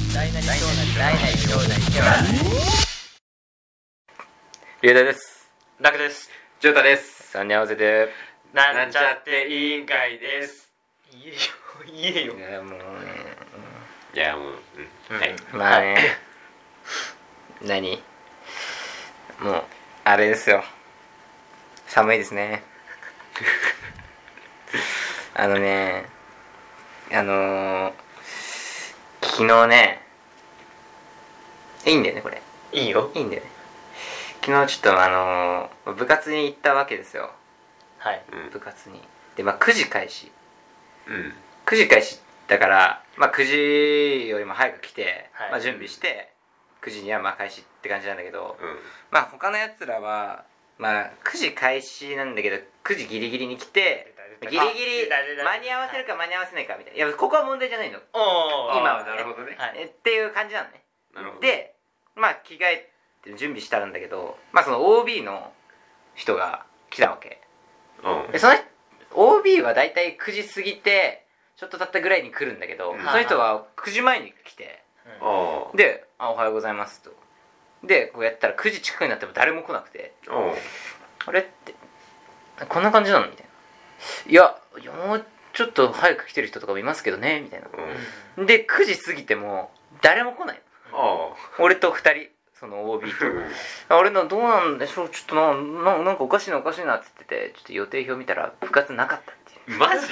大なり小なり大なり小なりでは龍大です。 楽です。 ジョータです。 3人合わせてなんちゃって委員会です。言えよ。 いやもうね、 いやもう、はい。 まあね何もうあれですよ、寒いですね昨日ね、いいんだよねこれ。 いいよ。 いいんだよね。昨日ちょっと部活に行ったわけですよ。 はい。 部活に。で9時開始。 うん。 9時開始だから、9時よりも早く来て、 はい、 準備して9時には開始って感じなんだけど、 うん。 他のやつらは9時開始なんだけど9時ギリギリに来て、ギリギリ間に合わせるか間に合わせないかみたいな。いやここは問題じゃないの。今はね、 なるほどね。 っていう感じなのね。 なるほど。 で着替えて準備したんだけど、その OB の人が来たわけ。 うん。 でその OB はだいたい9時過ぎてちょっと経ったぐらいに来るんだけど、 うんその人は9時前に来て、 ああ。 で「おはようございます」と。でこうやったら9時近くになっても誰も来なくて、あれってこんな感じなのみたいな。いやもうちょっと早く来てる人とかもいますけどねみたいな。で9時過ぎても誰も来ない。俺と2人、その OB と俺のどうなんでしょう、ちょっとなんかおかしいなって言ってて、ちょっと予定表見たら部活なかったっていう。 マジ？ い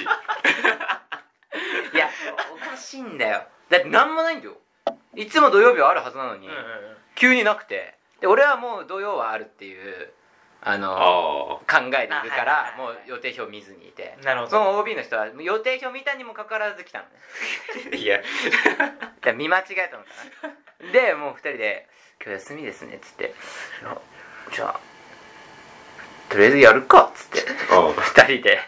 やおかしいんだよ。だってなんもないんだよ。いつも土曜日はあるはずなのに、急になくて、で俺はもう土曜はあるっていう考えでいるから、もう予定表見ずにいて、その OB の人は予定表見たにもかかわらず来たのねいや見間違えたのかな。でもう2人で「今日休みですね」っつって「じゃあとりあえずやるか」っつって2人で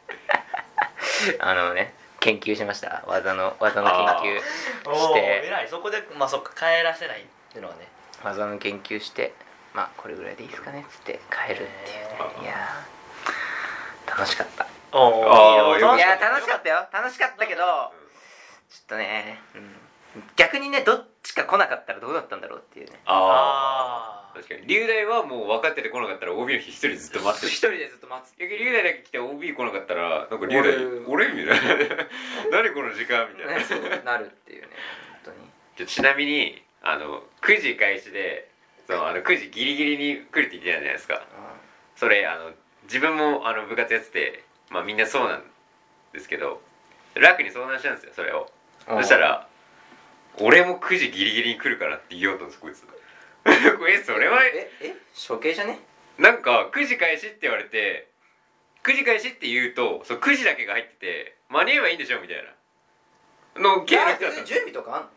研究しました。技の研究して、 偉い。そこでそっか、帰らせないっていうのはね、 技の研究して、これぐらいでいいですかねっつって帰るっていうね。いや楽しかった。いや楽しかったよ。楽しかったけど、ちょっとね、逆にね、どっちか来なかったらどうだったんだろうっていうね。 確かに龍大はもう分かってて来なかったら OB の日一人ずっと待ってる。 一人でずっと待つ。 逆に龍大だけ来て OB 来なかったらなんか龍大俺みたいな何この時間みたいな、 そうなるっていうね。本当に。 ちなみに9時開始で9時ギリギリに来るって言ってたじゃないですか。それ自分も部活やってて、みんなそうなんですけど、楽に相談したんですよそれを。そしたら俺も9時ギリギリに来るからって言おうとんですこいつこれそれは処刑じゃね。 なんか9時開始って言われて9時開始って言うと9時だけが入ってて間に合えばいいんでしょみたいなのいや準備とかあんの？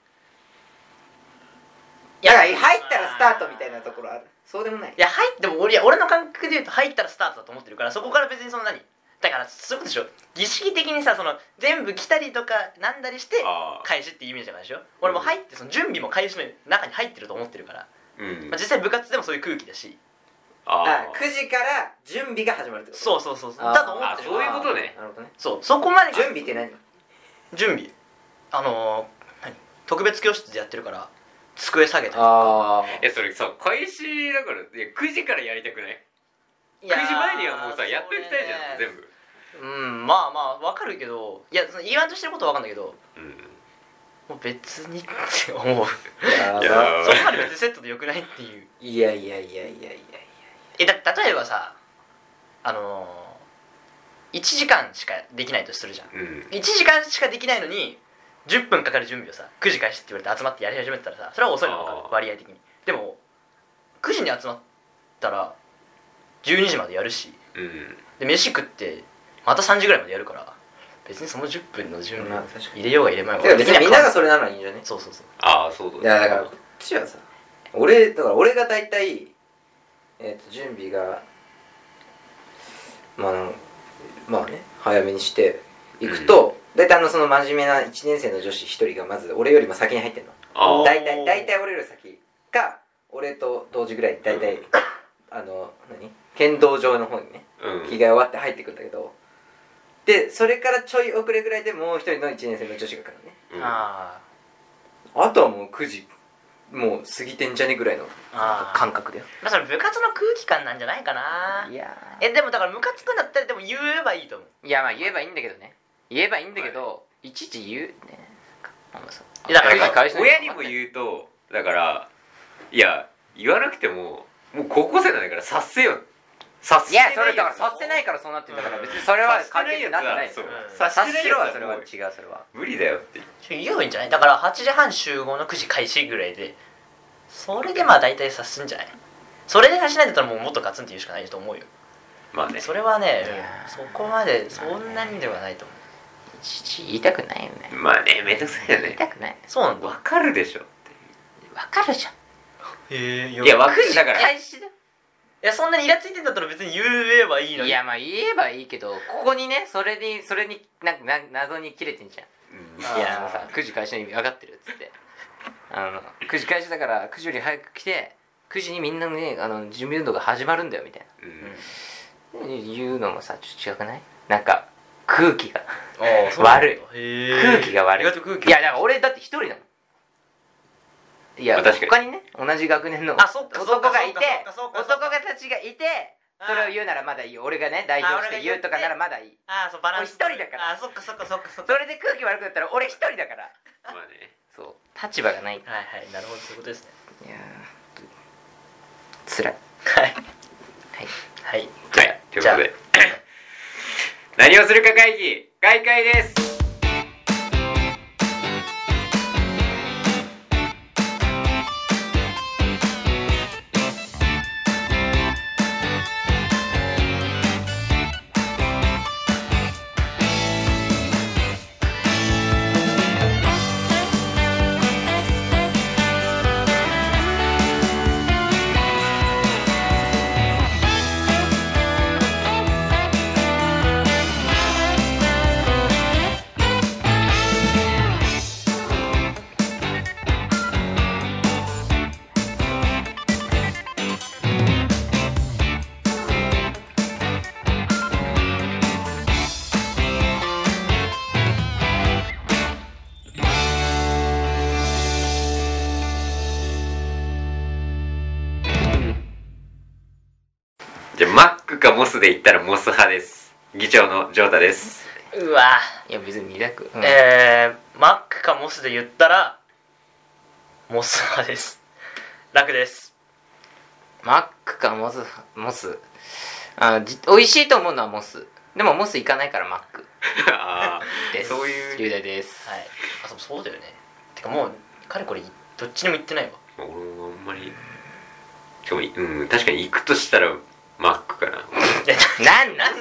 いや入ったらスタートみたいなところある？そうでもない。 いや入っても俺の感覚で言うと入ったらスタートだと思ってるから、そこから別にその何だからそういうことでしょ。儀式的にさ、その全部来たりとかなんだりして開始っていうイメージじゃないでしょ。俺も入ってその準備も開始の中に入ってると思ってるから、実際部活でもそういう空気だし、 9時から準備が始まるってこと。 そうだと思ってる。 そういうことね。 なるほどね。 そこまで準備って何？ 準備特別教室でやってるから机下げたりとか。 それさ開始だから9時からやりたくない？9時前にはもうさやっときたいじゃん全部。 分かるけど、いやその言わんとしてることは分かんないけど、もう別にって思う。そこまで別にセットでよくないっていう。 いや例えばさ1時間しかできないとするじゃん、1時間しかできないのに10分かかる準備をさ9時開始って言われて集まってやり始めたらさ、それは遅いの分かる、割合的に。でも9時に集まったら12時までやるし、で飯食ってまた3時ぐらいまでやるから、別にその10分の準備入れようが入れまいが別にみんながそれならいいんじゃね。 そうそういやだからこっちはさ、俺が大体準備が早めにしていくと、大体その真面目な1年生の女子1人がまず俺よりも先に入ってんの。大体俺より先か俺と同時ぐらいに大体剣道場の方にね着替え終わって入ってくるんだけど、でそれからちょい遅れぐらいでもう一人の1年生の女子が来るのね。 あとはもう9時もう過ぎてんじゃねぐらいの感覚だよ。 まあそれ部活の空気感なんじゃないかな。 いやでもだからムカつくんだったらでも言えばいいと思う。 いやまあ言えばいいんだけどね、言えばいいんだけど、いちいち言うね。 だから親にも言うと、だからいや言わなくてももう高校生なんだから察せよ。 いやそれだから察せないからそうなってんだから、別にそれは関係になってないですよ。察しろはそれは違う、それは無理だよって言えばいいんじゃない。だから8時半集合の9時開始ぐらいで、それでまあ大体察すんじゃない。それで察しないんだったらもうもっとガツンって言うしかないと思うよ。 まあね、 それはね、そこまでそんなにではないと思う。 言いたくないよね。 まあね、めんどくさいよね。 言いたくない。 そうなんだ。 わかるでしょって。 わかるじゃん。 いやわかるだから。 開始だ。 いやそんなにイラついてんだったら別に言えばいいのに。 いやまあ言えばいいけど、ここにねそれになんか謎に切れてんじゃん。いやさ9時開始の意味分かってるっつって、9時開始だから9時より早く来て9時にみんなのね準備運動が始まるんだよみたいな、言うのもさちょっと違くない？なんか空気が悪い。空気が悪い。いやだから俺だって一人だもん。いや他にね同じ学年の男がいて、男がたちがいて、それを言うならまだいいよ。俺がね代表して言うとかならまだいい。俺一人だから。 そっかそれで空気悪くなったら俺一人だから。 まあね、 そう立場がない。 はいはい、なるほど、そういうことですね。 いやつらい。 はいはい、ということで何をするか会議開会です。じゃあマックかモスで言ったらモス派です。議長のジョータです。 うわいや別に楽、 マックかモスで言ったらモス派です。楽です。 マックかモス美味しいと思うのはモス。でもモス行かないからマックです。 そういう龍大です。 はい。そうだよね。てかもうかれこれどっちにも行ってないわ。 俺もあんまり確かに行くとしたらマックかな。 なんだ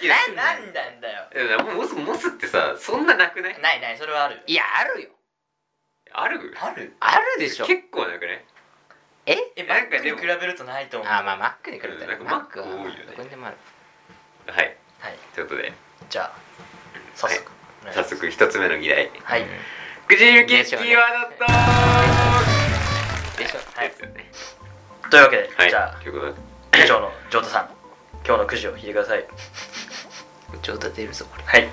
よ。 モスってさそんななくない？ ないそれはある。 いやあるよ。 あるでしょ。 結構なくない？ マックに比べるとないと思う。 まあマックに比べたらマック多いよね。 どこにでもある。 はい、ということでじゃあ早速一つ目の議題。 はい。 くじ引きキーワードトークでしょ。はい。 ですよね。 というわけで、じゃあということで議長のジョータさん、今日のくじを引いてください。 ジョータ出るぞこれ。 はい。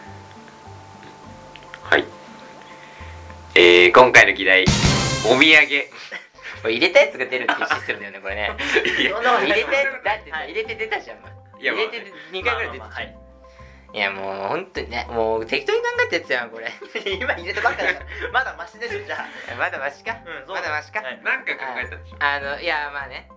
今回の議題お土産。 これ入れたやつが出るっていうシステムだよねこれね。入れてだって入れて出たじゃん。入れて2回ぐらい出てた。いやもう本当にね、もう適当に考えたやつやんこれ。 今入れたばっかだから。まだマシでしょじゃあ。 まだマシか。まだマシか。 なんか考えたんでしょ。 いやまあね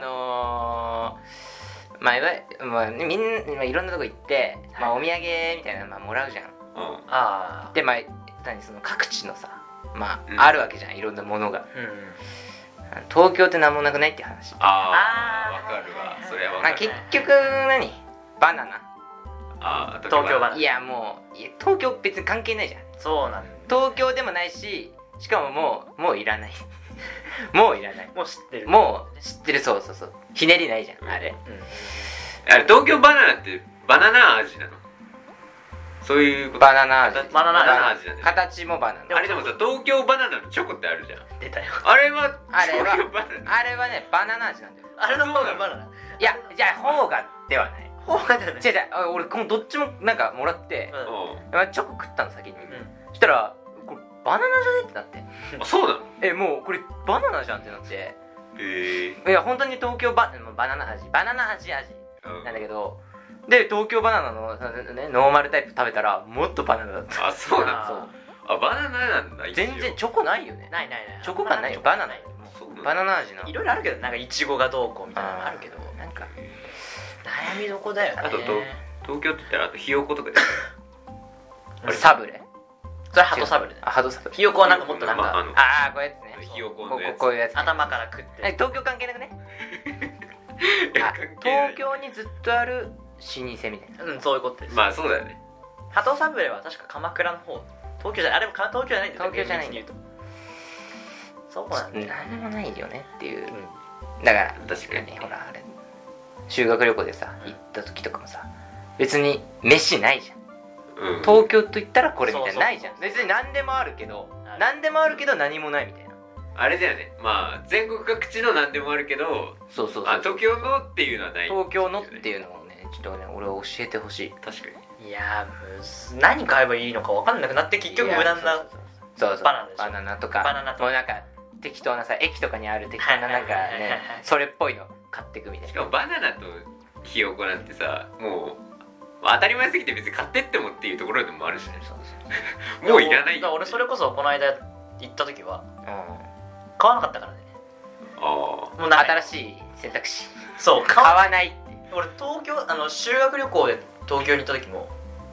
まあみんないろんなとこ行って、まあお土産みたいなのもらうじゃん。でまあその各地のさあるわけじゃん、いろんなものが。東京ってなんもなくないって話。 わかるわ。それはわかる。 結局バナナ。 東京バナナ。 いやもう東京別に関係ないじゃん。 そうなんだ。 東京でもないし、しかももういらない。もういらない。 もう知ってる。 そうひねりないじゃんあれ。 あれ東京バナナってバナナ味なの？そういうこと。 バナナ味。 バナナ味なんだよ。 形もバナナ。 あれでもさ東京バナナのチョコってあるじゃん。 出たよ。 あれはねバナナ味なんだよ。 あれの方がバナナ。 いやじゃあ方がではない。 方がではない。 違う俺どっちもなんかもらって、チョコ食ったの先に。そしたらバナナじゃねってなって、 あ、そうなの？ もうこれバナナじゃんってなって、 いや本当に東京バナナ味なんだけど、で東京バナナの、ね、ノーマルタイプ食べたらもっとバナナだった。 あ、そうなんだ。 そう、 あ、バナナなんだ。 全然チョコないよね。 ないチョコ感ないよ。バナナ。バナナ味の。 いろいろあるけど、なんかイチゴがどうこうみたいなのもあるけど、 なんか悩みどこだよね。 あと東京って言ったらあとひよことかでサブレ。 それハトサブレだよ。 ハトサブレ。 ひよこはなんかもっとなんか、 こういうやつね。 ひよこのやつ。 こういうやつ。 頭から食って。 東京関係なくね。東京にずっとある老舗みたいな。 そういうことです。 まあそうだよね。 ハトサブレは確か鎌倉の方。東京じゃない、あれも東京じゃないんだよ。 東京じゃないんだよ。 そうなんだよ。 なんもないよねっていう。だから確かにほらあれ修学旅行でさ行った時とかもさ、別に飯ないじゃん。東京と言ったらこれみたいなないじゃん。別に何でもあるけど何もないみたいな。 あれだよね。まあ全国各地の何でもあるけど、 そう東京のっていうのはない。 東京のっていうのをね、ちょっとね俺は教えてほしい。 確かに。 いや何買えばいいのか分かんなくなって結局無難なバナナとかもうなんか適当なさ、駅とかにある適当ななんかねそれっぽいの買ってくみたいな。 しかもバナナとひよこなんてさ、もう当たり前すぎて別に買ってってもっていうところでもあるしね。もういらないよ。 俺それこそこの間行った時は買わなかったからね。 もう新しい選択肢。 そう買わないって。 俺東京修学旅行で東京に行った時も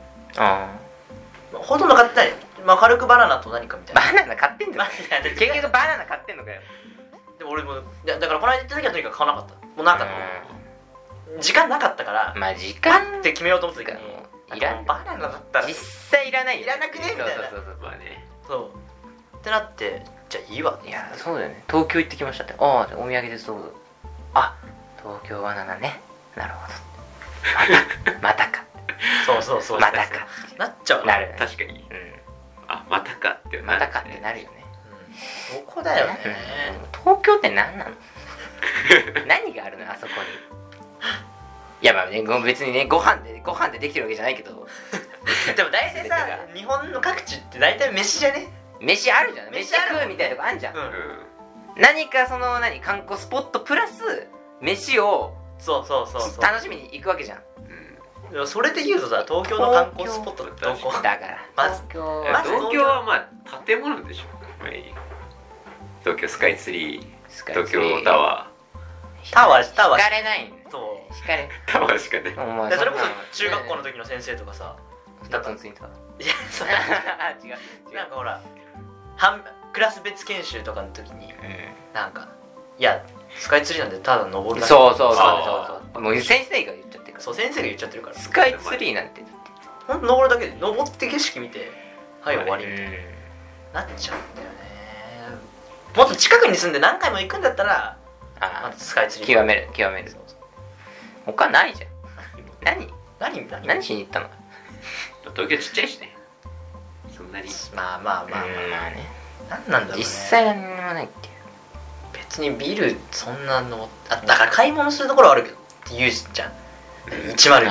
ほとんど買ってない。軽くバナナと何かみたいな。 バナナ買ってんだよ。結局バナナ買ってんのかよ。 でも俺もだからこの間行った時はとにかく買わなかった。もうなんか時間なかったから、 まあ時間って決めようと思った時にいらん。 バナナだったら実際いらないよ。 いらなくねみたいな。 まあね。 そうってなって、じゃあいいわ。 いやそうだよね。東京行ってきましたって。お土産ですどうぞ。東京バナナね。なるほど。またか。 そうまたかなっちゃう。 なる。 確かに。またかってまたかってなるよね。 そこだよね。 東京って何なの？何があるのあそこに。いやまあね、別にねご飯でできてるわけじゃないけど。 でも大体さ、日本の各地って大体飯じゃね？ 飯あるじゃん。飯食うみたいなとこあんじゃん。何か観光スポットプラス飯を楽しみに行くわけじゃん。 でもそれで言うとさ、東京の観光スポットってどこ？ だから東京はまあ建物でしょ。東京スカイツリー、東京タワー引かれないんだ。 そう引かれタワーしかね。 それこそ中学校の時の先生とかさ、 2つのツインタワー。 いやそう違う。なんかほらクラス別研修とかの時になんかいやスカイツリーなんでただ登るだけ。 そうもう先生が言っちゃってるから。 そう先生が言っちゃってるから。 スカイツリーなんてほんと登るだけで登って景色見てはい終わりみたいななっちゃうんだよね。もっと近くに住んで何回も行くんだったらスカイツリー極める。他ないじゃん。何しに行ったの？ 東京ちっちゃいしね。そんなに。 まあね。 何なんだろうね。 実際何にもないっていう。 別にビルそんなのだから買い物するところはあるけどって言うじゃん。109。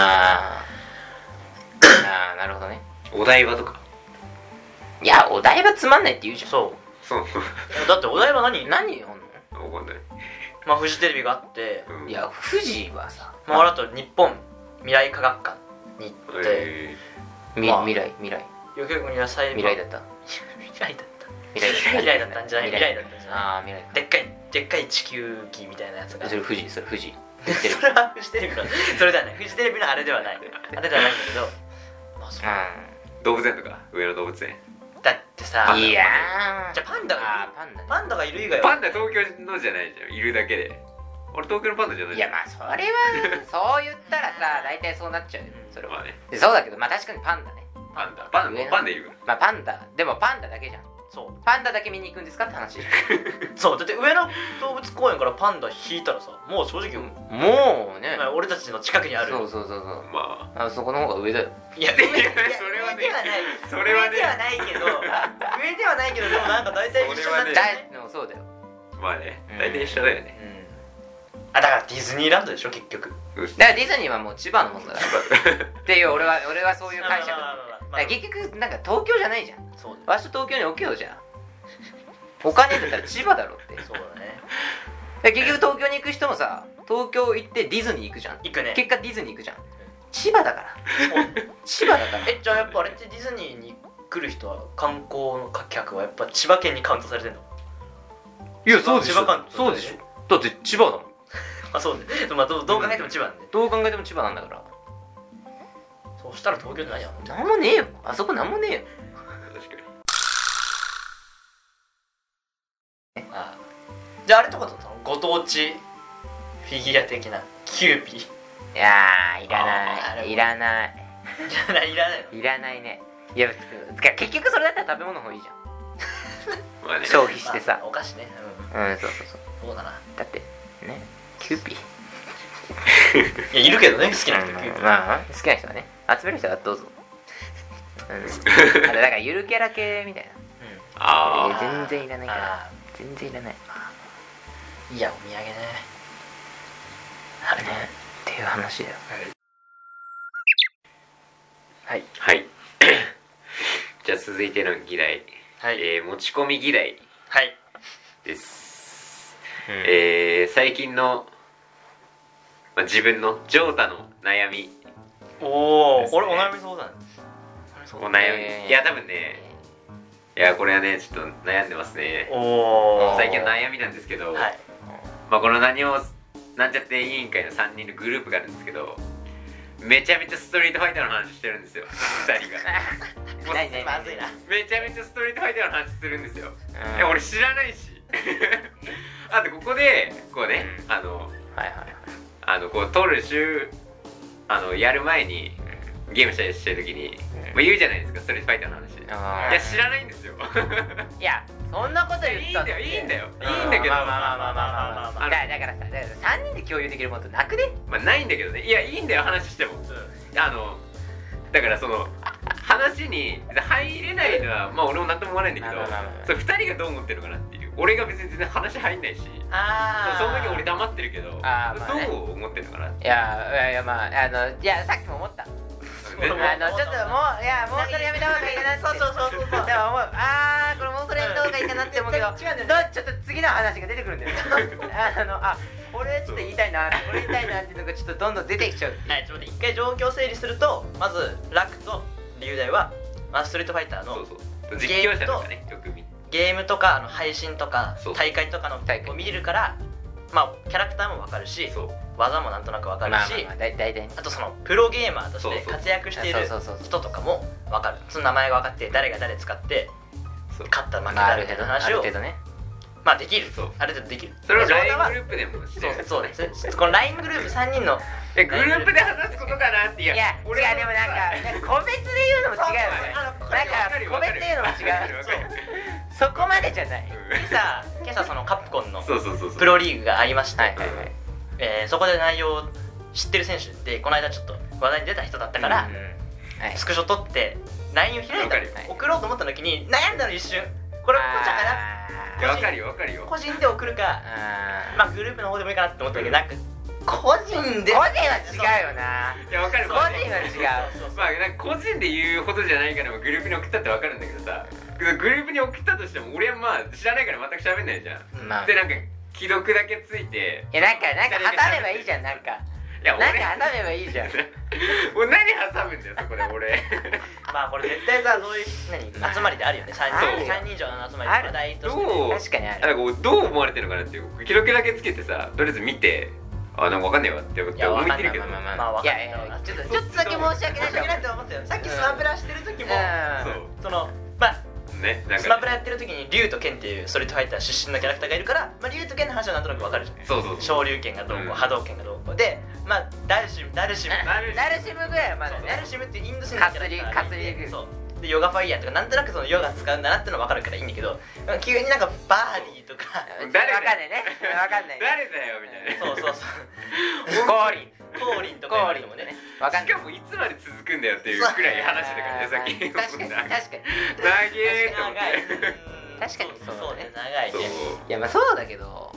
なるほどね。 お台場とか。 いやお台場つまんないって言うじゃん。 そうだってお台場何あんの？ わかんない。 まあフジテレビがあって、 いや富士はさ、 あと日本未来科学館に行って、 未来よく野菜未来だった未来だったんじゃないでっかい地球儀みたいなやつが。 それ富士それはフジテレビのそれだね。フジテレビのあれではないんだけど、まあそう動物園とか上野動物園だってさ、 いやじゃあパンダがいる以外はパンダ東京のじゃないじゃん。いるだけで俺東京のパンダじゃない。 いやまあそれはそう言ったらさ大体そうなっちゃうよ。それはね。 そうだけどまあ確かにパンダね。 パンダいるから。 まあパンダでもパンダだけじゃん。 そうパンダだけ見に行くんですかって話。 そうだって上野動物公園からパンダ引いたらさ、もう正直もうね俺たちの近くにある。 そうまあそこの方が上だよ。 いや上ではないけどでもなんか大体一緒になっちゃうね。 そうだよ。 まあね大体一緒だよね。 だからディズニーランドでしょ結局。 だからディズニーはもう千葉のもんだからっていう俺はそういう解釈。 ら結局なんか東京じゃないじゃん。 そうだよ。 場所東京に置けよじゃん。お金だったら千葉だろって。 そうだね。 結局東京に行く人もさ、東京行ってディズニー行くじゃん。 行くね。 結果ディズニー行くじゃん。千葉だから。千葉だから。 じゃあやっぱあれってディズニーに来る人は観光の客はやっぱ千葉県にカウントされてんの？ いやそうでしょ。 千葉カウントそうでしょ。だって千葉だもん。 あ、そうね。まあどう考えても千葉なんで。 どう考えても千葉なんだから。 そしたら東京じゃないやん。 なんもねえよ。あそこなんもねえよ。 確かに。 ああ、じゃああれとかだったの？ご当地フィギュア的なキューピー。 いやー、いらあれない。いらない。 いらないの？ いらないね。いや、結局それだったら食べ物の方がいいじゃん。 まあね。 消費してさ。 まあお菓子ね。 うん、そうそうそう。 そうだな。 だって、ね、キューピー。 いや、いるけどね、好きな人キューピー。 まあ、好きな人はね、集める人はどうぞ。あれだからゆるキャラ系みたいな。 ああ。 全然いらないから。全然いらない。 いや、お土産ね。あれね。 っていう話だよ。 はい。 はい。じゃあ続いての議題。 はい。 持ち込み議題はい。 です。最近の、自分のジョータの悩み。 おですね俺お悩み相談。 お悩み。いや、多分ね、いや、これはね、ちょっと悩んでますね。 お最近の悩みなんですけど、 はい。 このなんちゃって委員会の3人のグループがあるんですけど、めちゃめちゃストリートファイターの話してるんですよ、2人が。 まずいな。 めちゃめちゃストリートファイターの話するんですよ。いや、俺知らないし。あとここでこうね、こう撮るやる前にゲームしたりしてる時に、言うじゃないですか、ストリートファイターの話。いや、知らないんですよ。 いや、そんなこと言ったっていいんだけど、 だからさ、3人で共有できることなくね？ ないんだけどね。いや、いいんだよ、話しても。だからその話に入れないのは俺も何とも思わないんだけど、それ2人がどう思ってるのかなっていう。俺が別に全然話入んないし、その時俺黙ってるけど、どう思ってるのかなって。 いやまあいやさっきも思った。ちょっともうそれやめた方がいいかなって。そうでもこれもうそれやめた方がいいかなって思うけど、ちょっと次の話が出てくるんだよね。これちょっと言いたいな、これ言いたいなっていうのがちょっとどんどん出てきちゃう。 はい、ちょっと一回状況整理すると、まずラクと龍大はストリートファイターの実況者とかね、よく見てゲームとか配信とか大会とかのを見れるから、キャラクターも分かるし、技もなんとなく分かるし、あとそのプロゲーマーとして活躍している人とかも分かる。その名前が分かって、誰が誰使って勝った負けたみたいな話をできる。ある程度できる。 それを LINE グループでもしてる。 そうです。この LINE グループ3人のグループで話すことかなって。 いや違う、でもなんか個別で言うのも違うよね。なんか個別で言うのも違う。そこまでじゃない。 今朝そのカプコンのププロリーグがありまして、そこで内容を知ってる選手ってこの間ちょっと話題に出た人だったから、スクショ撮って LINE を開いた、送ろうと思った時に悩んだの一瞬。これこうちゃうかな。 わかるよ。 個人で送るか、グループの方でもいいかなって思ったけど、なんか個人は違うよな。 いや、わかる。 個人は違う。 なんか個人で言うほどじゃないからグループに送ったってわかるんだけどさ、グループに送ったとしても俺は知らないから全く喋んないじゃん。でなんか既読だけついて、 いやなんか挟めばいいじゃん。なんか挟めばいいじゃん。 俺何挟むんだよそこで俺。 これ絶対さ、そういう集まりであるよね。3人以上の集まりで話題として。 確かにある。 どう思われてるのかなっていう。既読だけつけてさ、とりあえず見て、なんかわかんねえわって思って見てるけど。 いやちょっとだけ申し訳ないと思ったよ。 さっきスマブラしてる時も、そのスマブラやってる時に龍と剣っていうストリートファイター出身のキャラクターがいるから、龍と剣の話はなんとなくわかるじゃん。昇竜拳がどうこう、波動拳がどうこうで、ダルシムぐらいはまだね。ダルシムってインド人のキャラクターがいて、でヨガファイヤーとかなんとなくそのヨガ使うんだなっての分かるからいいんだけど、急になんかバーディーとか分かんないね。 誰だよみたいな。 そう降臨とか言われてもね。 しかもいつまで続くんだよっていうくらい話だからね、さっき。 確かに長えと思って。 確かにそうね。 長いね。 いやそうだけど、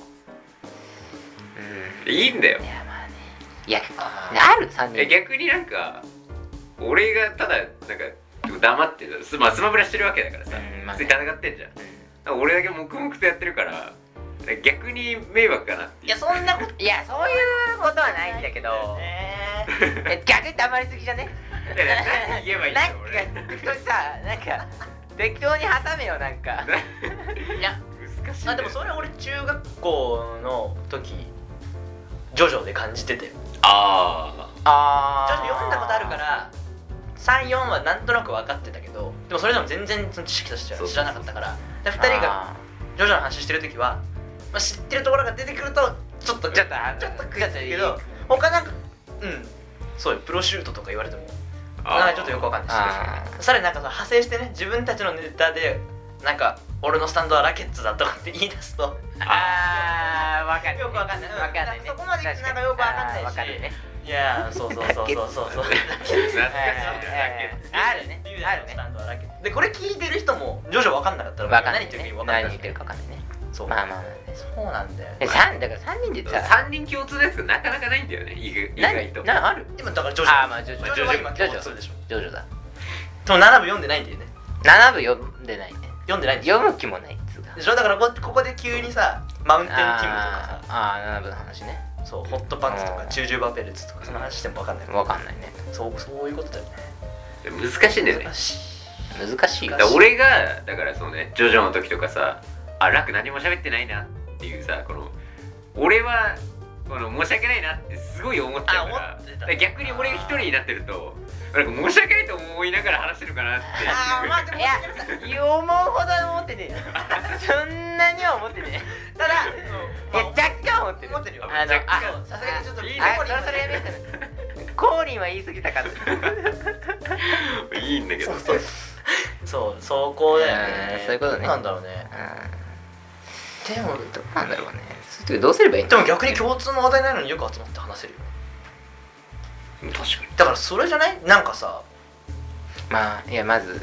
いいんだよ。 いやある3人。 逆になんか俺がただなんか黙ってスマブラしてるわけだからさ、 まあね普通に戦ってんじゃん、俺だけ黙々とやってるから逆に迷惑かなっていう。 いやそんなこといやそういうことはないんだけど逆に黙りすぎじゃね。 いや何言えばいいんだよ俺。 なんか適当にさなんか適当に挟めよなんかいや難しいんだよ。 でもそれ俺中学校の時ジョジョで感じてて、ジョジョ読んだことあるから34はなんとなく分かってたけど、でもそれでも全然その知識としては知らなかったから、で2人がジョジョの話してる時は、まあ、知ってるところが出てくるとちょっと悔しいけど、他なんかそうよプロシュートとか言われてもなんかちょっとよくわかんないし、さらになんかその派生してね自分たちのネタでなんか俺のスタンドはラケッツだとかって言い出すとわかるよくわかんない、 わかんないね、 そこまでなんかよくわかんないし、 わかるね。 いやそう懐かしいあるねあるね。 でこれ聞いてる人もジョジョわかんなかったらわかんない何言ってるか分かんない何言ってるかわかんないね。 そうまあそうなんだよだから3人でさ 3人共通のやつがなかなかないんだよね、意外と。 ある今だからジョジョまあジョジョジョジョは今共通でしょ。 ジョジョだ。 でも7部読んでないんだよね。 7部読んでないね。 読んでないんでしょ。 読む気もないっつうかでしょ。だからここで急にさマウンテンティムとかさ 7部の話ね。 そうホットパンツとかチュージューバペルツとかその話しても分かんない分かんないね。 そういうことだよね。 難しいんだよね。 難しいよ。 だから俺がだからそのねジョジョの時とかさラク何も喋ってないなっていうさこの俺はこの申し訳ないなってすごい思っちゃうから逆に俺が一人になってるとなんか申し訳ないと思いながら話してるかなってまあでもいや思うほど思ってねえよそんなには思ってねえ。ただ若干思ってる。 思ってるよ。 若干さすがにちょっといいねそれやめよう。コーリンは言い過ぎたかいいんだけどそこだよね。 そういうことね。 なんだろうね。でもどうなんだろうね。どうすればいいの？ でも逆に共通の話題ないのによく集まって話せるよ。 確かに。 だからそれじゃない？なんかさ、 まあいやまず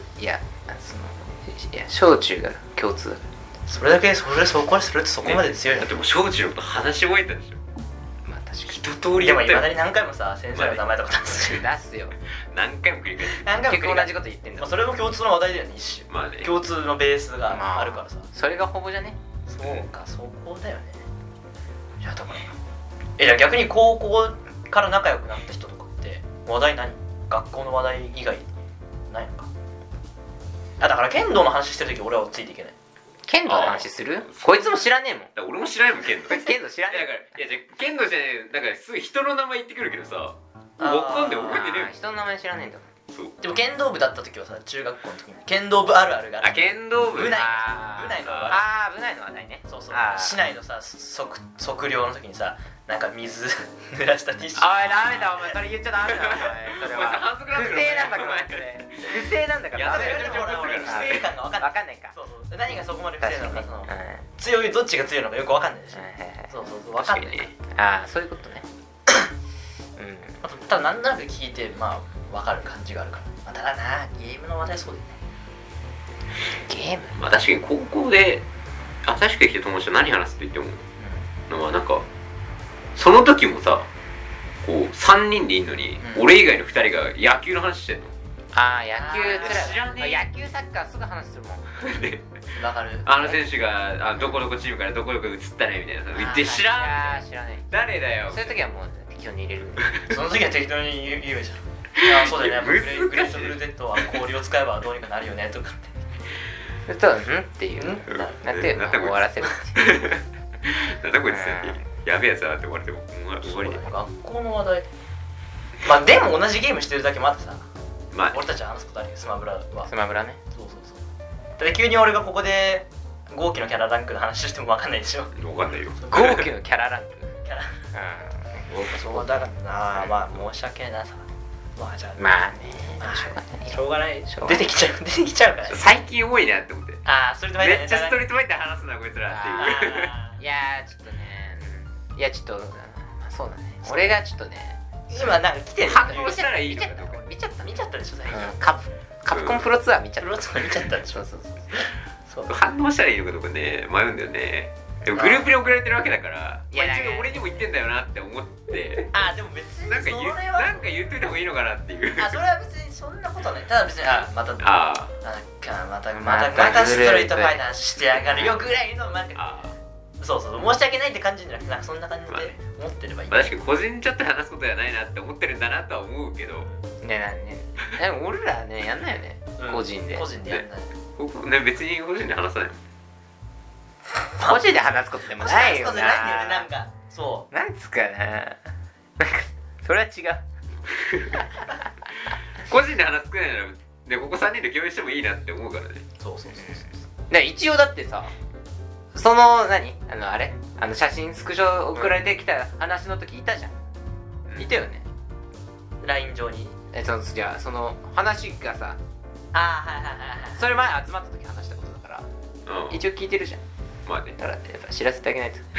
小中が共通だから。 それだけそこまで強いの。 だってもう小中のこと話し終えたでしょ。 まあ確かに。 一通りでもやったよ。 いまだに何回もさ先生の名前とか出すよ。 出すよ。 何回も繰り返す。 結局同じこと言ってんだ。 それも共通の話題だよね一種。 まあね。 共通のベースがあるからさ。 それがほぼじゃね。 そうかそこだよね。いやだからじゃあ逆に高校から仲良くなった人とかって話題何？学校の話題以外ないのか。だから剣道の話してる時俺はついていけない。 剣道の話する？こいつも知らねえもん。 だから俺も知らないもん剣道。 剣道知らねえ。 だからいやじゃ剣道じゃねえだからすぐ人の名前言ってくるけどさわかんない覚えてねえもん。 人の名前知らねえんだもん。 そうでも剣道部だった時はさ中学校の時に剣道部あるあるがある。 剣道部部内の部内の話題ね。 そう市内のさ測量の時にさなんか水濡らしたティッシュ。 おいダメだお前それ言っちゃダメだお前それは反則なんだ不正なんだから不正なんだからやだよ俺不正感が分かんない。 分かんないか。 そう何がそこまで不正なのかその強どっちが強いのかよく分かんないでしょ。そう分かんない。 そういうことね。 あとただなんとなく聞いてまあ分かる感じがあるから。ただなゲームの話題そうだよね。 ゲームまあ確かに高校で新しく来た友達と何話すって言ってものはなんかその時もさこう3人でいんのに、俺以外の2人が野球の話してんの。 野球知らねえ。 野球サッカーすぐ話するもん。 分かる。 あの選手がどこどこチームからどこどこ移ったねみたいなさ言って知らん。 知らねえ。 誰だよ。 そういう時はもう適当に入れる。 その時は適当に言うじゃん。そうだよね。グレートブルーゼットは氷を使えばどうにかなるよねとかって。 そしたらっていうなって終わらせる。 なんだこいつってやべえやつだって終わりでも終わりで。 学校の話題。まあでも同じゲームしてるだけまださ。 まあ俺たちは話すことあるよスマブラは。 スマブラね。 そう。で急に俺がここで豪輝のキャラランクの話しても分かんないでしょ。 分かんないよ。 豪輝のキャラランク。 キャラ。そうだからなまあ申し訳ないなさ。まあじゃあ。 まあね。 しょうがない。出てきちゃうから。 最近多いなって思って。 ストリートファイターめっちゃストリートファイター話すなこいつらっていう。 いやちょっとね。いやちょっとそうだね。俺がちょっとね。 今なんか来てる。 反応したらいいのかどうか。 見ちゃったでしょ最近。 カプコンプロツアー見ちゃった。 プロツアー見ちゃったでしょ。 そう反応したらいいのかどうかね迷うんだよね。 でもグループに送られてるわけだからいや一応俺にも言ってんだよなって思ってでも別になんかそれはなんか言っといた方がいいのかなっていうそれは別にそんなことはない。ただ別にまたまたストリートファイターしてやがるよぐらいのそう申し訳ないって感じじゃなくて、なんかそんな感じで思ってればいい。 確かに個人チャットで話すことじゃないなって思ってるんだなとは思うけどでも俺らねやんないよね、個人でやんないね。別に個人で話さない個人で話すことでもないよな。 なんかそうなんつうかな、なんかそれは違う個人で話すくらいならでここ3人で共有してもいいなって思うからね。 そうで一応だってさ、そのあれ写真スクショ送られてきた話の時いたじゃん、いたよね LINE 上に。 じゃあその話がさ、それ前集まった時話したことだから、一応聞いてるじゃん。 まあね、 だからやっぱ知らせてあげないとじ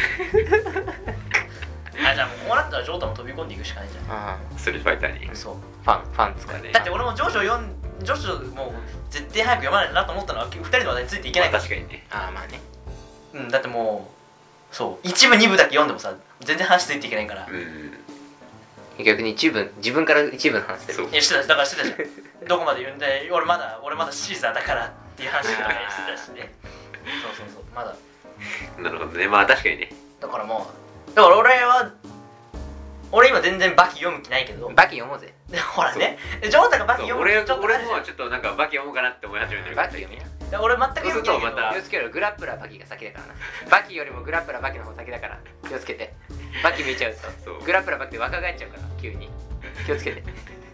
ゃあもうこうなったらジョータも飛び込んでいくしかないじゃん。 ストリートファイターにそうファン使うね。 だって俺もジョジョもう絶対早く読まないなと思ったのは2人の話題についていけないから。 確かにね。 まあね。 だってもうそう1部2部だけ読んでもさ全然話ついていけないから。 逆に自分から一部の話してる。 いやしてたじゃんどこまで言うんだよ、俺まだシーザーだからっていう話とかしてたしね。そうまだ。 なるほどね。まあ確かにね。 だから俺今全然バキ読む気ないけど。 バキ読もうぜ。 ほらね、ジョータがバキ読む俺もちょっとなんかバキ読もうかなって思い始めてる。 バキ読みな。 俺全く読む気ないけど。 気をつけろ、グラップラーバキが先だからな。バキよりもグラップラーバキの方先だから気をつけて。バキ見ちゃうとグラップラーバキで若返っちゃうから急に気をつけて。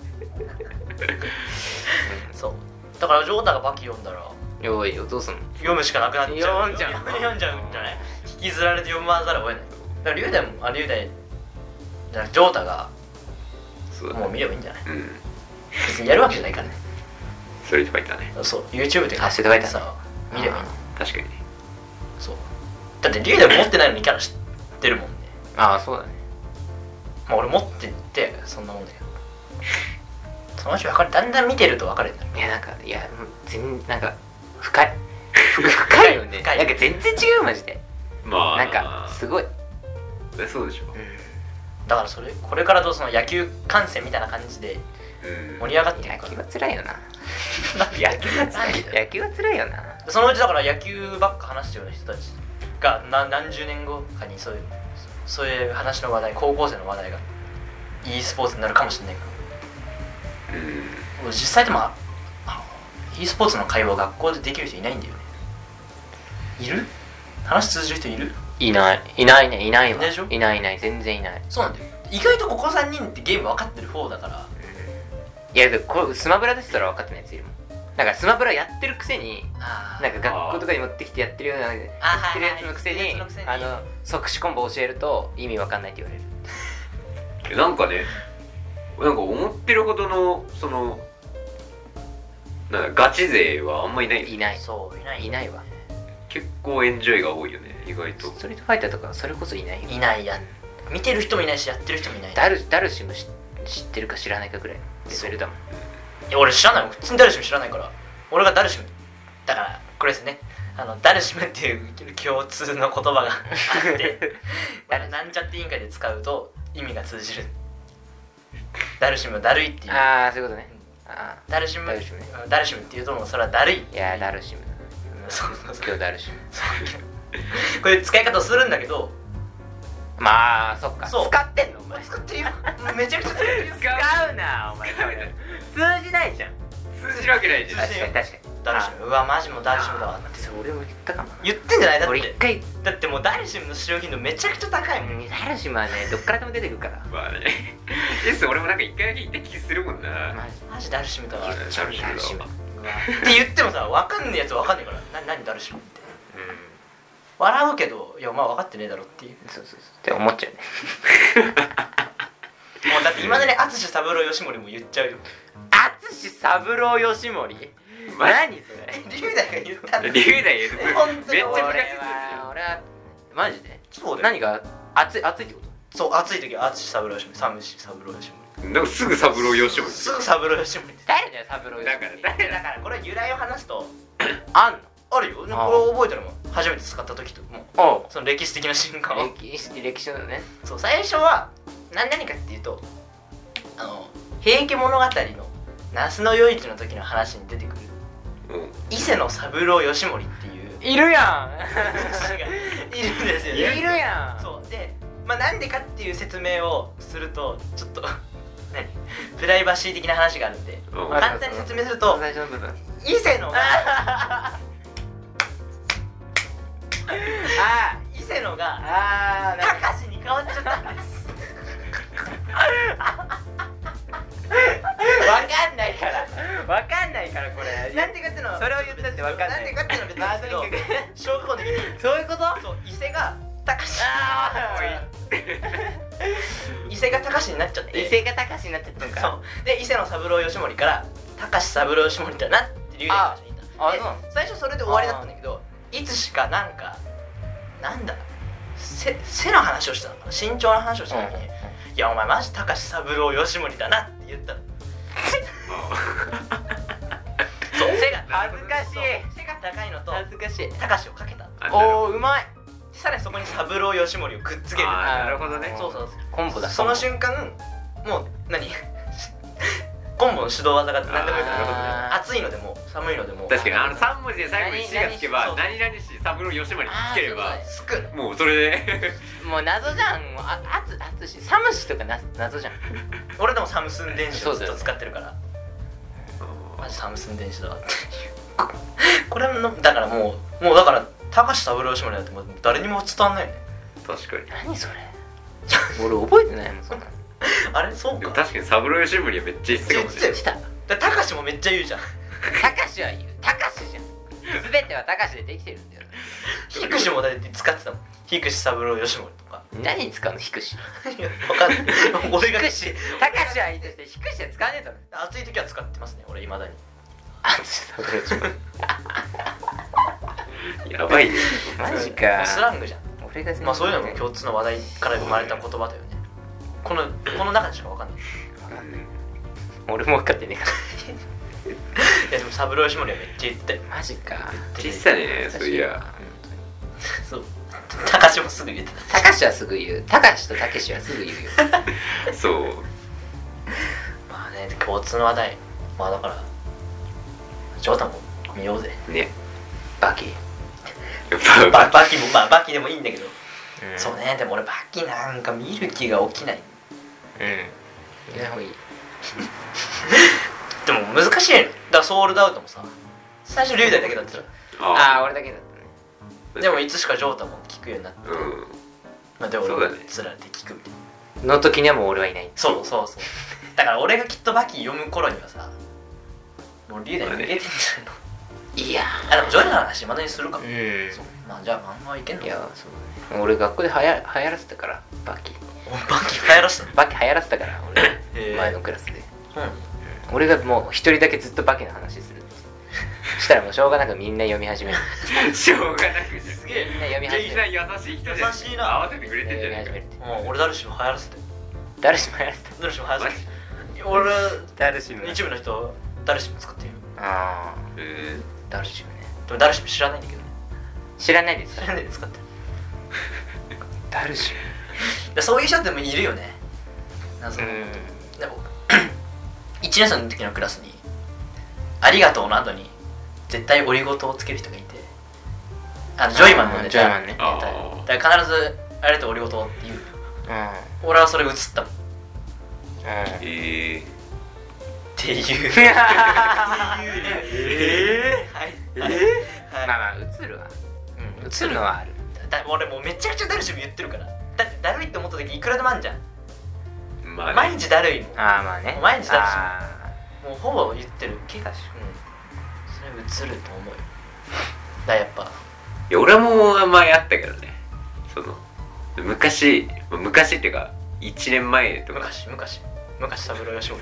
そうだからジョータがバキ読んだらおいよどうすんの。 読むしかなくなっちゃう。 読んじゃうんじゃない。引きずられて読まざるを得ない。だから龍大じゃなくてジョータがもう見ればいいんじゃない。別にやるわけじゃないからね。 ストリートファイターね。 そう YouTube でストリートファイターさ見ればいい。 確かにね。 そうだって龍大持ってないのにキャラ知ってるもんね。 そうだね。 俺持ってってそんなもんだけど、その人だんだん見てると分かるんだよ。 なんか深いよね。なんか全然違うマジで。なんかすごい。 そうでしょ。 だからこれからその野球観戦みたいな感じで盛り上がってるから。 野球は辛いよな。野球は辛いよな。 そのうちだから野球ばっか話してるような人たちが何十年後かにそういう話の話題、高校生の話題が e スポーツになるかもしれないから。実際でもe スポーツの会話を学校でできる人いないんだよね。いる？話通じる人いる？いないわ。でしょ？ いない全然いない。 そうなんだよ。意外とここ3人ってゲーム分かってる方だから。 いやでもこれスマブラでしたら分かってないやついるもん。なんかスマブラやってるくせになんか学校とかに持ってきてやってるようなやってるやつのくせに即死コンボ教えると意味分かんないって言われる。 なんかね、なんか思ってるほどのそのなんかガチ勢はあんまいないよね。 いないわ。 結構エンジョイが多いよね、意外と。 ストリートファイターとかそれこそいないよ。 いないや。見てる人もいないしやってる人もいない。 ダルシム知ってるか知らないかぐらいレベルだもん。 いや俺知らないもん。普通にダルシム知らないから。俺がダルシムだからこれですね。ダルシムっていう共通の言葉があってなんちゃって委員会で使うと意味が通じる。ダルシムだるいっていう。 そういうことね。 ダルシムっていうともうそれはだるい。 いやダルシム。 そう今日ダルシム。 こういう使い方をするんだけど。 そっか。使ってんのお前。 使ってるよ。めちゃくちゃ使ってるよ。 使うなお前。通じないじゃん。 通じるわけないじゃん。 確かにダルシム。うわマジもうダルシムだわって。 俺も言ったかも。 言ってんじゃない？だって俺一回だってもうダルシムの使用頻度めちゃくちゃ高いもん。 ダルシムはねどっからでも出てくるから。 まあね。俺もなんか一回だけ言った気するもんな。 マジダルシムだわ。 ダルシムだわ。 って言ってもさ分かんねえやつ分かんねえから何ダルシムって。笑うけどいやまあ分かってねえだろっていう。 そうって思っちゃうね。 もうだって今までね淳三郎義盛も言っちゃうよ。 淳三郎義盛何それ。 龍大が言ったんだ。 龍大言った。めっちゃ昔ですよ。 俺はマジで。 そうだよ。 何が熱いってこと？ そう暑い時は淳三郎義盛三郎義盛。 なんかすぐ三郎義盛。 すぐ三郎義盛。 誰だよ三郎義盛。 だからこれ由来を話すとあんの？ あるよ。これ覚えてるもん。初めて使った時ともうその歴史的な瞬間を。 歴史のね。 そう、最初は何かっていうと平家物語の那須与一の時の話に出てくる伊勢の三郎義盛っていういるやいるんですよん。 ね。 いるやん。 そうで、なんでかっていう説明をするとちょっとプライバシー的な話があるんで、簡単に説明すると、 最初の部分。 伊勢のが伊勢のが高志に変わっちゃったんです。 わかんないからこれ。 なんでかっていうのはそれを言ったってわかんない。 なんでかっていうのは別ですけど、小学校の時にそういうこと？ そう伊勢が高志伊勢が高志になっちゃって、 伊勢が高志になっちゃったんか。 そうで伊勢の三郎義盛から高志三郎義盛だなって龍が言ったで、最初それで終わりだったんだけど、いつしかなんだ背の話をしたのかな、身長の話をした時に、いやお前マジ高志三郎義盛だなって言ったの。そう背が恥ずかしい。 背が高いのと恥ずかしい。 高志をかけた。 おお、うまい。 さらにそこに三郎義盛をくっつける。 なるほどね。 そうコンボだ。 その瞬間もうコンボの指導技が何でもいいから、暑いのでも寒いのでも。 確かに3文字で最後に「し」がつけば何々し三郎義盛つければつくもうそれでもう謎じゃん。もう暑しサムシとか謎じゃん。 俺でもサムスン電子をずっと使ってるから、マジサムスン電子だわっていうこれのだからもうだから高志三郎義盛なんてもう誰にも伝わんないよね。 確かに。 何それ俺覚えてないもんそんなあれそうか。 でも確かに三郎義盛はめっちゃ言ってたかもしれない。 高志もめっちゃ言うじゃん。 高志は言う。高志じゃん。全ては高志でできてるんだよ。 ヒクシもだって使ってたもん。ヒクシ三郎義盛とか。 何に使うのヒクシ。 分かんない俺がヒクシ。高志はいいとしてヒクシは使わねえだろ。 暑い時は使ってますね俺未だに。 三郎義盛やばいね。 マジか。 スラングじゃん。 俺がまあそういうのも共通の話題から生まれた言葉だよね。この中でしか分かんない。 俺も分かってねえからいやでも三郎義盛はめっちゃ言って。 マジか。 小さねそういや。 そう高志もすぐ言ってた。 高志はすぐ言う。高志とたけしはすぐ言うよそうまあね共通の話題。まあだからジョータも見ようぜね。 バキバキもバキでもいいんだけど、そうね。でも俺バキなんか見る気が起きない。 見ない方がいいでも難しいの。だからソールドアウトもさ最初龍大だけだったじゃん。 俺だけだったね。 でもいつしかジョータも聞くようになって、まあでも俺がつられて聞くみたいなの時にはもう俺はいない。 そうだから俺がきっとバキ読む頃にはさもう龍大逃げてんじゃないの。 いやでもジョータの話まだにするかも。そうまあじゃあ漫画はいけんの。 いやそうだね。俺学校で流行らせたからバキバキ流行らせたの。 バキ流行らせたから俺前のクラスで。俺がもう一人だけずっとバキの話する。したらもうしょうがなくみんな読み始める。 しょうがなくすげえみんな読み始める。 優しい人じゃん。 優しいな。 合わせてくれてんじゃないか。 俺ダルシム流行らせて。 ダルシム流行らせた。 ダルシム流行らせて。俺ダルシム一部の人ダルシム使ってる。 ダルシムね。 でもダルシム知らないんだけどね。 知らないです知らないで使ってる。 ダルシムそういう人でもいるよね。謎の。でも1年生の時のクラスにありがとうの後に絶対オリゴ糖をつける人がいて、ジョイマンのネタ。 ジョイマンね。 だから必ずありがとうオリゴ糖って言う。俺はそれ映ったもん。っていうまあ映るわ。映るのはある。 俺もうめちゃくちゃダルシム言ってるから。だってだるいって思った時いくらでもあんじゃん。 まあ毎日だるいもん。 まあね。 毎日ダルシム。もうほぼ言ってる。 確かに。 それ映ると思うよ。だやっぱ。 いや俺も前あったけどね。その昔っていうか1年前とか。 昔三郎義盛。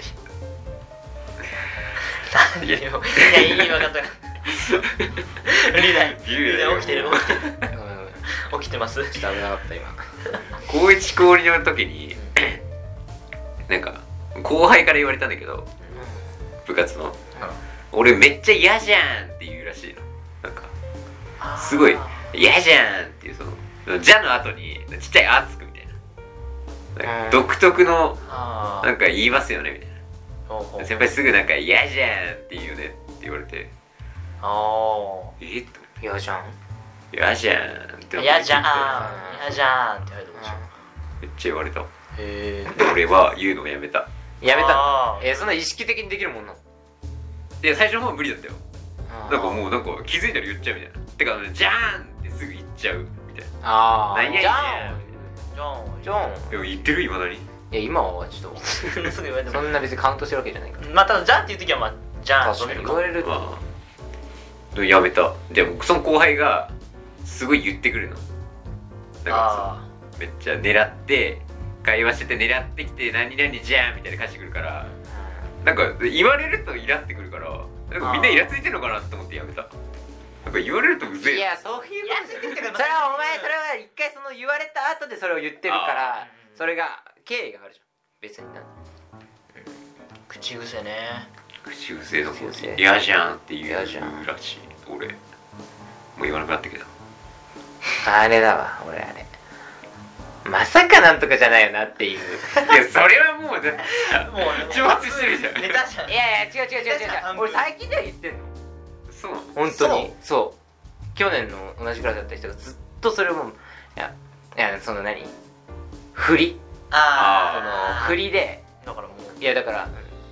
いやいい分かったリーダー起きてる起きてます。 ちょっと危なかった今。 高1高2の時になんか後輩から言われたんだけど、部活の俺めっちゃ嫌じゃんって言うらしいの。なんかすごい嫌じゃんっていうそのじゃの後にちっちゃいあつくみたいな、なんか独特のなんか言いますよねみたいな。先輩すぐなんか嫌じゃんって言うよねって言われて、って思って嫌じゃん嫌じゃんって嫌じゃん嫌じゃんって言われたでしょ。 めっちゃ言われた。 へえ。 で俺は言うのをやめた。 やめたの？そんな意識的にできるもんなの？ いや最初の方は無理だったよ。なんかもうなんか気づいたら言っちゃうみたいな。てかじゃーんってすぐ言っちゃうみたいな。何やじゃじゃんでも言ってる今何？ いや今はちょっとすぐ言われてもそんな別にカウントしてるわけじゃないから。 まあただじゃんっていう時はまあじゃん確かに言われるとやめた。でもその後輩がすごい言ってくるの。なんかめっちゃ狙って会話してて狙ってきて何々じゃんみたいな返してくるから、なんか言われるとイラってくるから、なんかみんなイラついてるのかなって思ってやめた。なんか言われるとうぜえ。 いやそういうことそれはお前それは一回その言われた後でそれを言ってるからそれが経緯があるじゃん別にな。 口癖ね。 口癖の子嫌じゃんって言うらしい。俺もう言わなくなったけど。 あれだわ俺あれまさかなんとかじゃないよなっていう。いやそれはもう挑発してるじゃん。 ネタじゃん。 いやいや違う俺最近では言ってんの。 そうなの？ 本当にそう去年の同じクラスだった人がずっとそれをいやその何振りその振りでだからもういやだから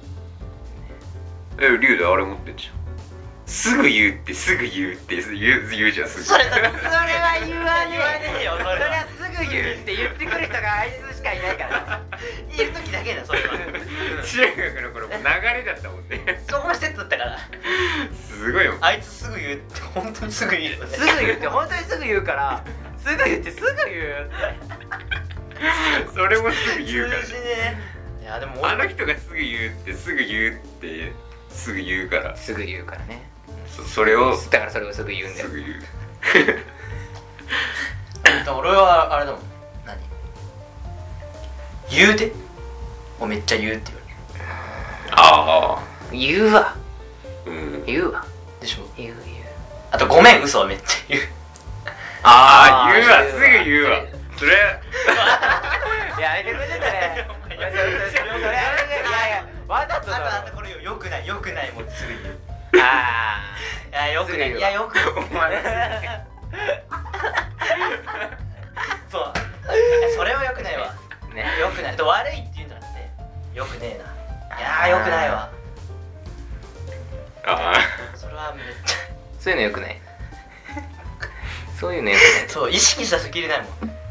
リュウであれ持ってんじゃん。すぐ言うって言うじゃん。すぐそれは言わねえよ。それはすぐ言うって言ってくる人があいつしかいないから言う時だけだそれは。 中学の頃もう流れだったもんね。 そこのセットだったから。 すごいよ。 あいつすぐ言うって本当にすぐ言うよね。 すぐ言うって本当にすぐ言うからすぐ言ってすぐ言うそれもすぐ言うからね。 いやでもあの人がすぐ言うってすぐ言うからすぐ言うからね。 それをだからそれをすぐ言うんだよ。 すぐ言う。 俺はあれだもん。何？言うてをめっちゃ言うって言われる。 ああ。 言うわ。言うわ。 でしょ。 言う。 あとごめん嘘はめっちゃ言う。 ああ言うわすぐ言うわ。それ。 やめてくれそれ。わざとだろ。 あとこれよくないもうすぐ言う。 いやよくない。いやよくない。そうそれはよくないわね。よくない。悪いって言うんじゃなくてよくねえな。いやよくないわ。 ああそれはめっちゃそういうのよくない。そういうのよくない。 そう意識したすぎれないもん。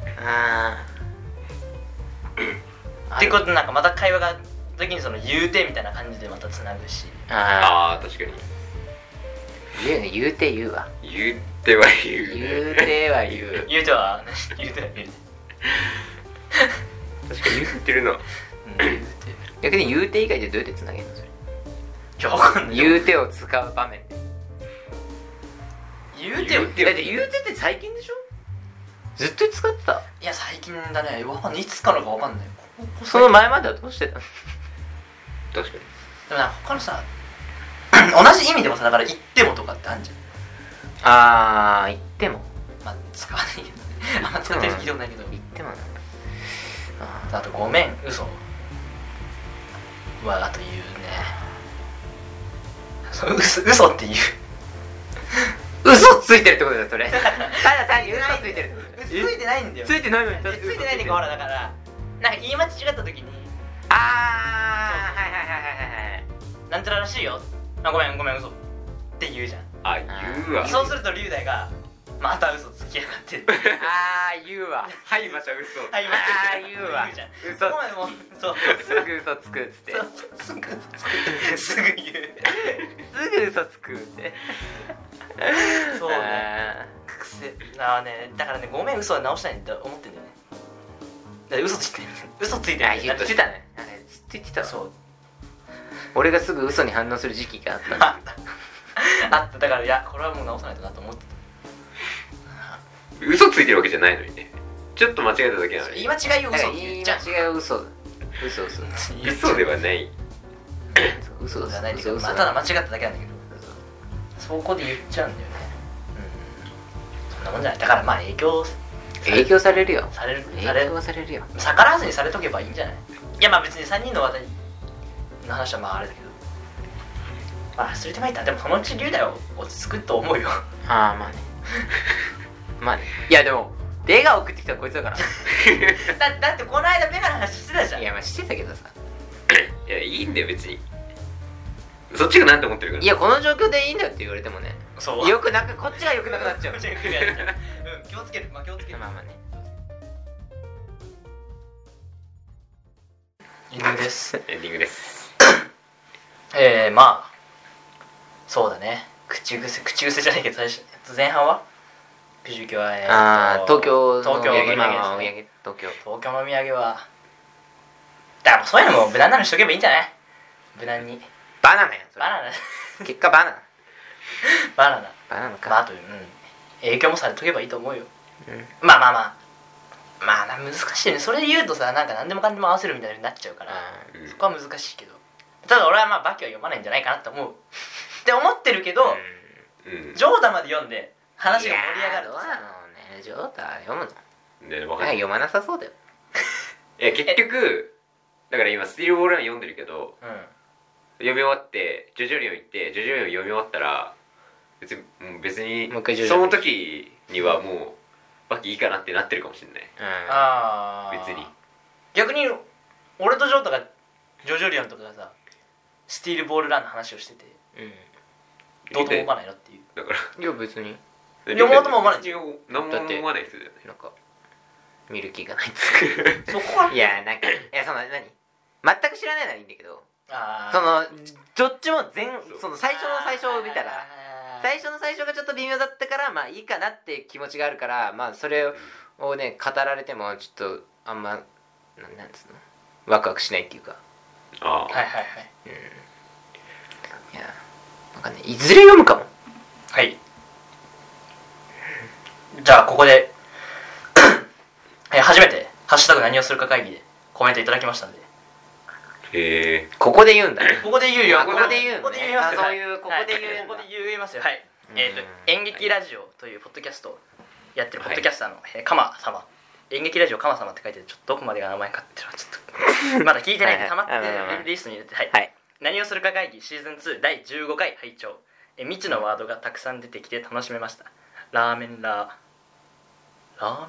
ってことなんかまた会話が時にその言うてみたいな感じでまたつなぐし。 ああ確かに。 言うて言うわ。 言うては言う。 言うては確かに言ってるな。 逆に言うて以外でどうやってつなげるのそれ。 いやわかんない。 言うてを使う場面で。 言うてをだって言うてって最近でしょ。ずっと使ってた。 いや最近だね。わかんないいつからかわかんない。 その前まではどうしてたの。 確かに。 でもなんか他のさ同じ意味でもさだから言ってもとかってあるじゃん。 言ってもまあ使わないけどね。あんま使ってる人聞いたことないけど。 言ってもなんだ。 あとごめん嘘はあと言うね。そう嘘って言う。 嘘ついてるってことだよそれ。ただ単に嘘ついてるってこと。 ついてないんだよ。 ついてないのに。 ついてないんだよほらだからなんか言い間違った時にはいなんちゃららしいよ。ごめん嘘って言うじゃん。 言うわ。 そうすると龍大がまた嘘つきやがって言うわ。 はいまた嘘。 はい言うわ。 じゃん。 嘘そこまでもそうすぐ嘘つくっつって。 すぐ言う。 すぐ嘘つくってそうね。癖だからねごめん嘘は直したいんだと思ってんだよね。だから嘘ついてる言ってたね。ずっと言ってたわ。そう俺がすぐ嘘に反応する時期があったあっただからいやこれはもう直さないとなと思ってた。嘘ついてるわけじゃないのにね。ちょっと間違えただけなのに。 言い間違いを嘘って言い言っちゃう。 間違いを嘘嘘ではない。 嘘じゃないんだけどただ間違っただけなんだけどそこで言っちゃうんだよね。 なもんじゃない。だからまあ影響されるよ。 される影響はされるよ。 逆らわずにされとけばいいんじゃない。いやまあ別に3人の話題の話はまああれだけど、まあそれでまいったらでもそのうち龍大は落ち着くと思うよ。 ああまあねまあね。いやでも出川送ってきたのこいつだからだってこの間メガの話してたじゃん。 いやまあしてたけどさ、 いやいいんだよ別に。そっちがなんて思ってるから。 いやこの状況でいいんだよって言われてもね、 そうよくなくこっちがよくなくなっちゃううん、気をつける、まあ気をつける。 まあまあね。 エンディングです。 エンディングです。 まあそうだね、口癖じゃないけど最初前半はくじきは東京のお土産ですね。 東京のお土産はだからそういうのも無難なのしとけばいいんじゃない。無難にバナナやんそれ。 バナナ結果バナナバナナか、 まああと、影響もされとけばいいと思うよ。 うん、 まあ難しいよね。それ言うとさ、なんか何でもかんでも合わせるみたいになっちゃうから、そこは難しいけど、ただ俺はまあバキは読まないんじゃないかなって思うって思ってるけど、ジョーダまで読んで話が盛り上がるとさ。 どうなのね、ジョーダ読むのね、分かんない。 読まなさそうだよ。 いや結局だから今スティールボールラン読んでるけど、読み終わってジョジョリオン行ってジョジョリオン読み終わったら別にもう一回ジョジョその時にはもうバキいいかなってなってるかもしれない。 ああ別に逆に俺とジョータがジョジョリオンとかがさスティールボールランの話をしてて、どうとも思わないのっていう。 だからいや別に読もうとも思わない。 何も思わない人だよね。 なんか見る気がないそこはいやなんかその全く知らないならいいんだけど、そのどっちもその最初の最初を見たら最初の最初がちょっと微妙だったからまあいいかなって気持ちがあるから、まあそれをね語られてもちょっとあんまなんつうのワクワクしないっていうか。 はいいやなんかねいずれ読むかも。 はい。じゃあここで初めてハッシュタグ何をするか会議でコメントいただきましたんで。 ここで言うんだ。 ここで言うよ。 ここで言う。 ここで言いますよ。 そういうここで言う。 ここで言いますよ。はい。演劇ラジオというポッドキャストをやってるポッドキャスターのカマ様。演劇ラジオカマ様って書いてちょっとどこまでが名前かっていうのはちょっとまだ聞いてないんでたまってリストに入れて、はい。何をするか会議シーズン2第15回拝聴。未知のワードがたくさん出てきて楽しめました。ラーメンラー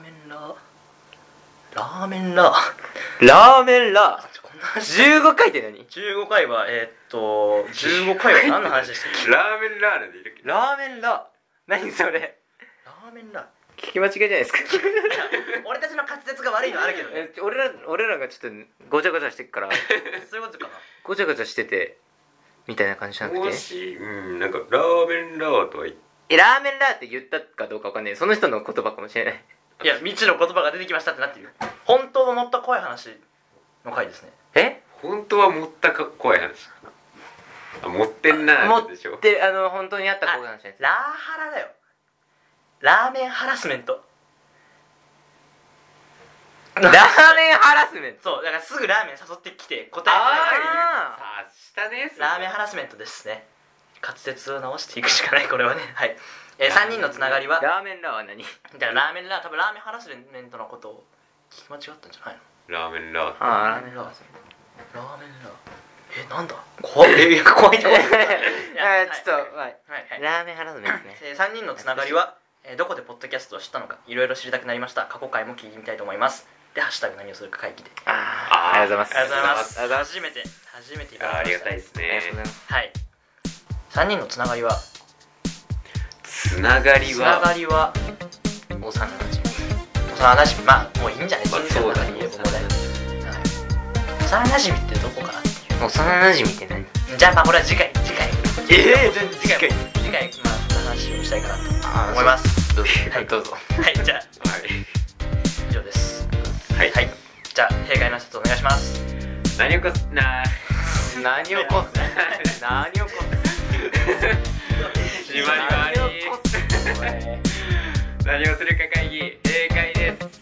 15回って何 ？15回は15回は何の話でしたっけ？ ラーメンラーでいいだっけ？ ラーメンラー何それ？ ラーメンラー聞き間違いじゃないですか。 俺たちの滑舌が悪いのあるけどね。 俺らがちょっとごちゃごちゃしてっからそういうことかな。 ごちゃごちゃしててみたいな感じじゃなくて、 なんかラーメンラーとは言ってラーメンラーって言ったかどうかわかんない。その人の言葉かもしれない。 いや未知の言葉が出てきましたってなってる。本当のもった怖い話の回ですね。 本当はもった怖い話。持ってんなーでしょ。 持って本当にあった怖い話のやつ。 ラーハラだよ。ラーメンハラスメント。 ラーメンハラスメント。 そうだからすぐラーメン誘ってきて答えない察したね。 ラーメンハラスメントですね。滑舌を直していくしかないこれはね。はい。3人のつながりはラーメンラーは何？ じゃあラーメンラー多分ラーメンハラスメントのことを聞き間違ったんじゃないの？ ラーメンラー。 ラーメンラー。なんだ？怖い。怖いとこ。ちょっとラーメンハラスメントね。 3人のつながりはどこでポッドキャストを知ったのかいろいろ知りたくなりました。過去回も聞いてみたいと思います。でハッシュタグ何をするか会議で。 ありがとうございます。 初めていただきました。 ありがたいですね。 はい。3人のつながりはつながりは幼馴染。まあもういいんじゃない？ そうだね。 幼馴染ってどこからっていう。 幼馴染って何？ じゃあまあこれは次回次回話をしたいかなと思います。 どうぞ。 はいじゃあ以上です。はいじゃあ閉会の挨拶お願いします。 何をこす締まり悪い。何をするか会議閉会です。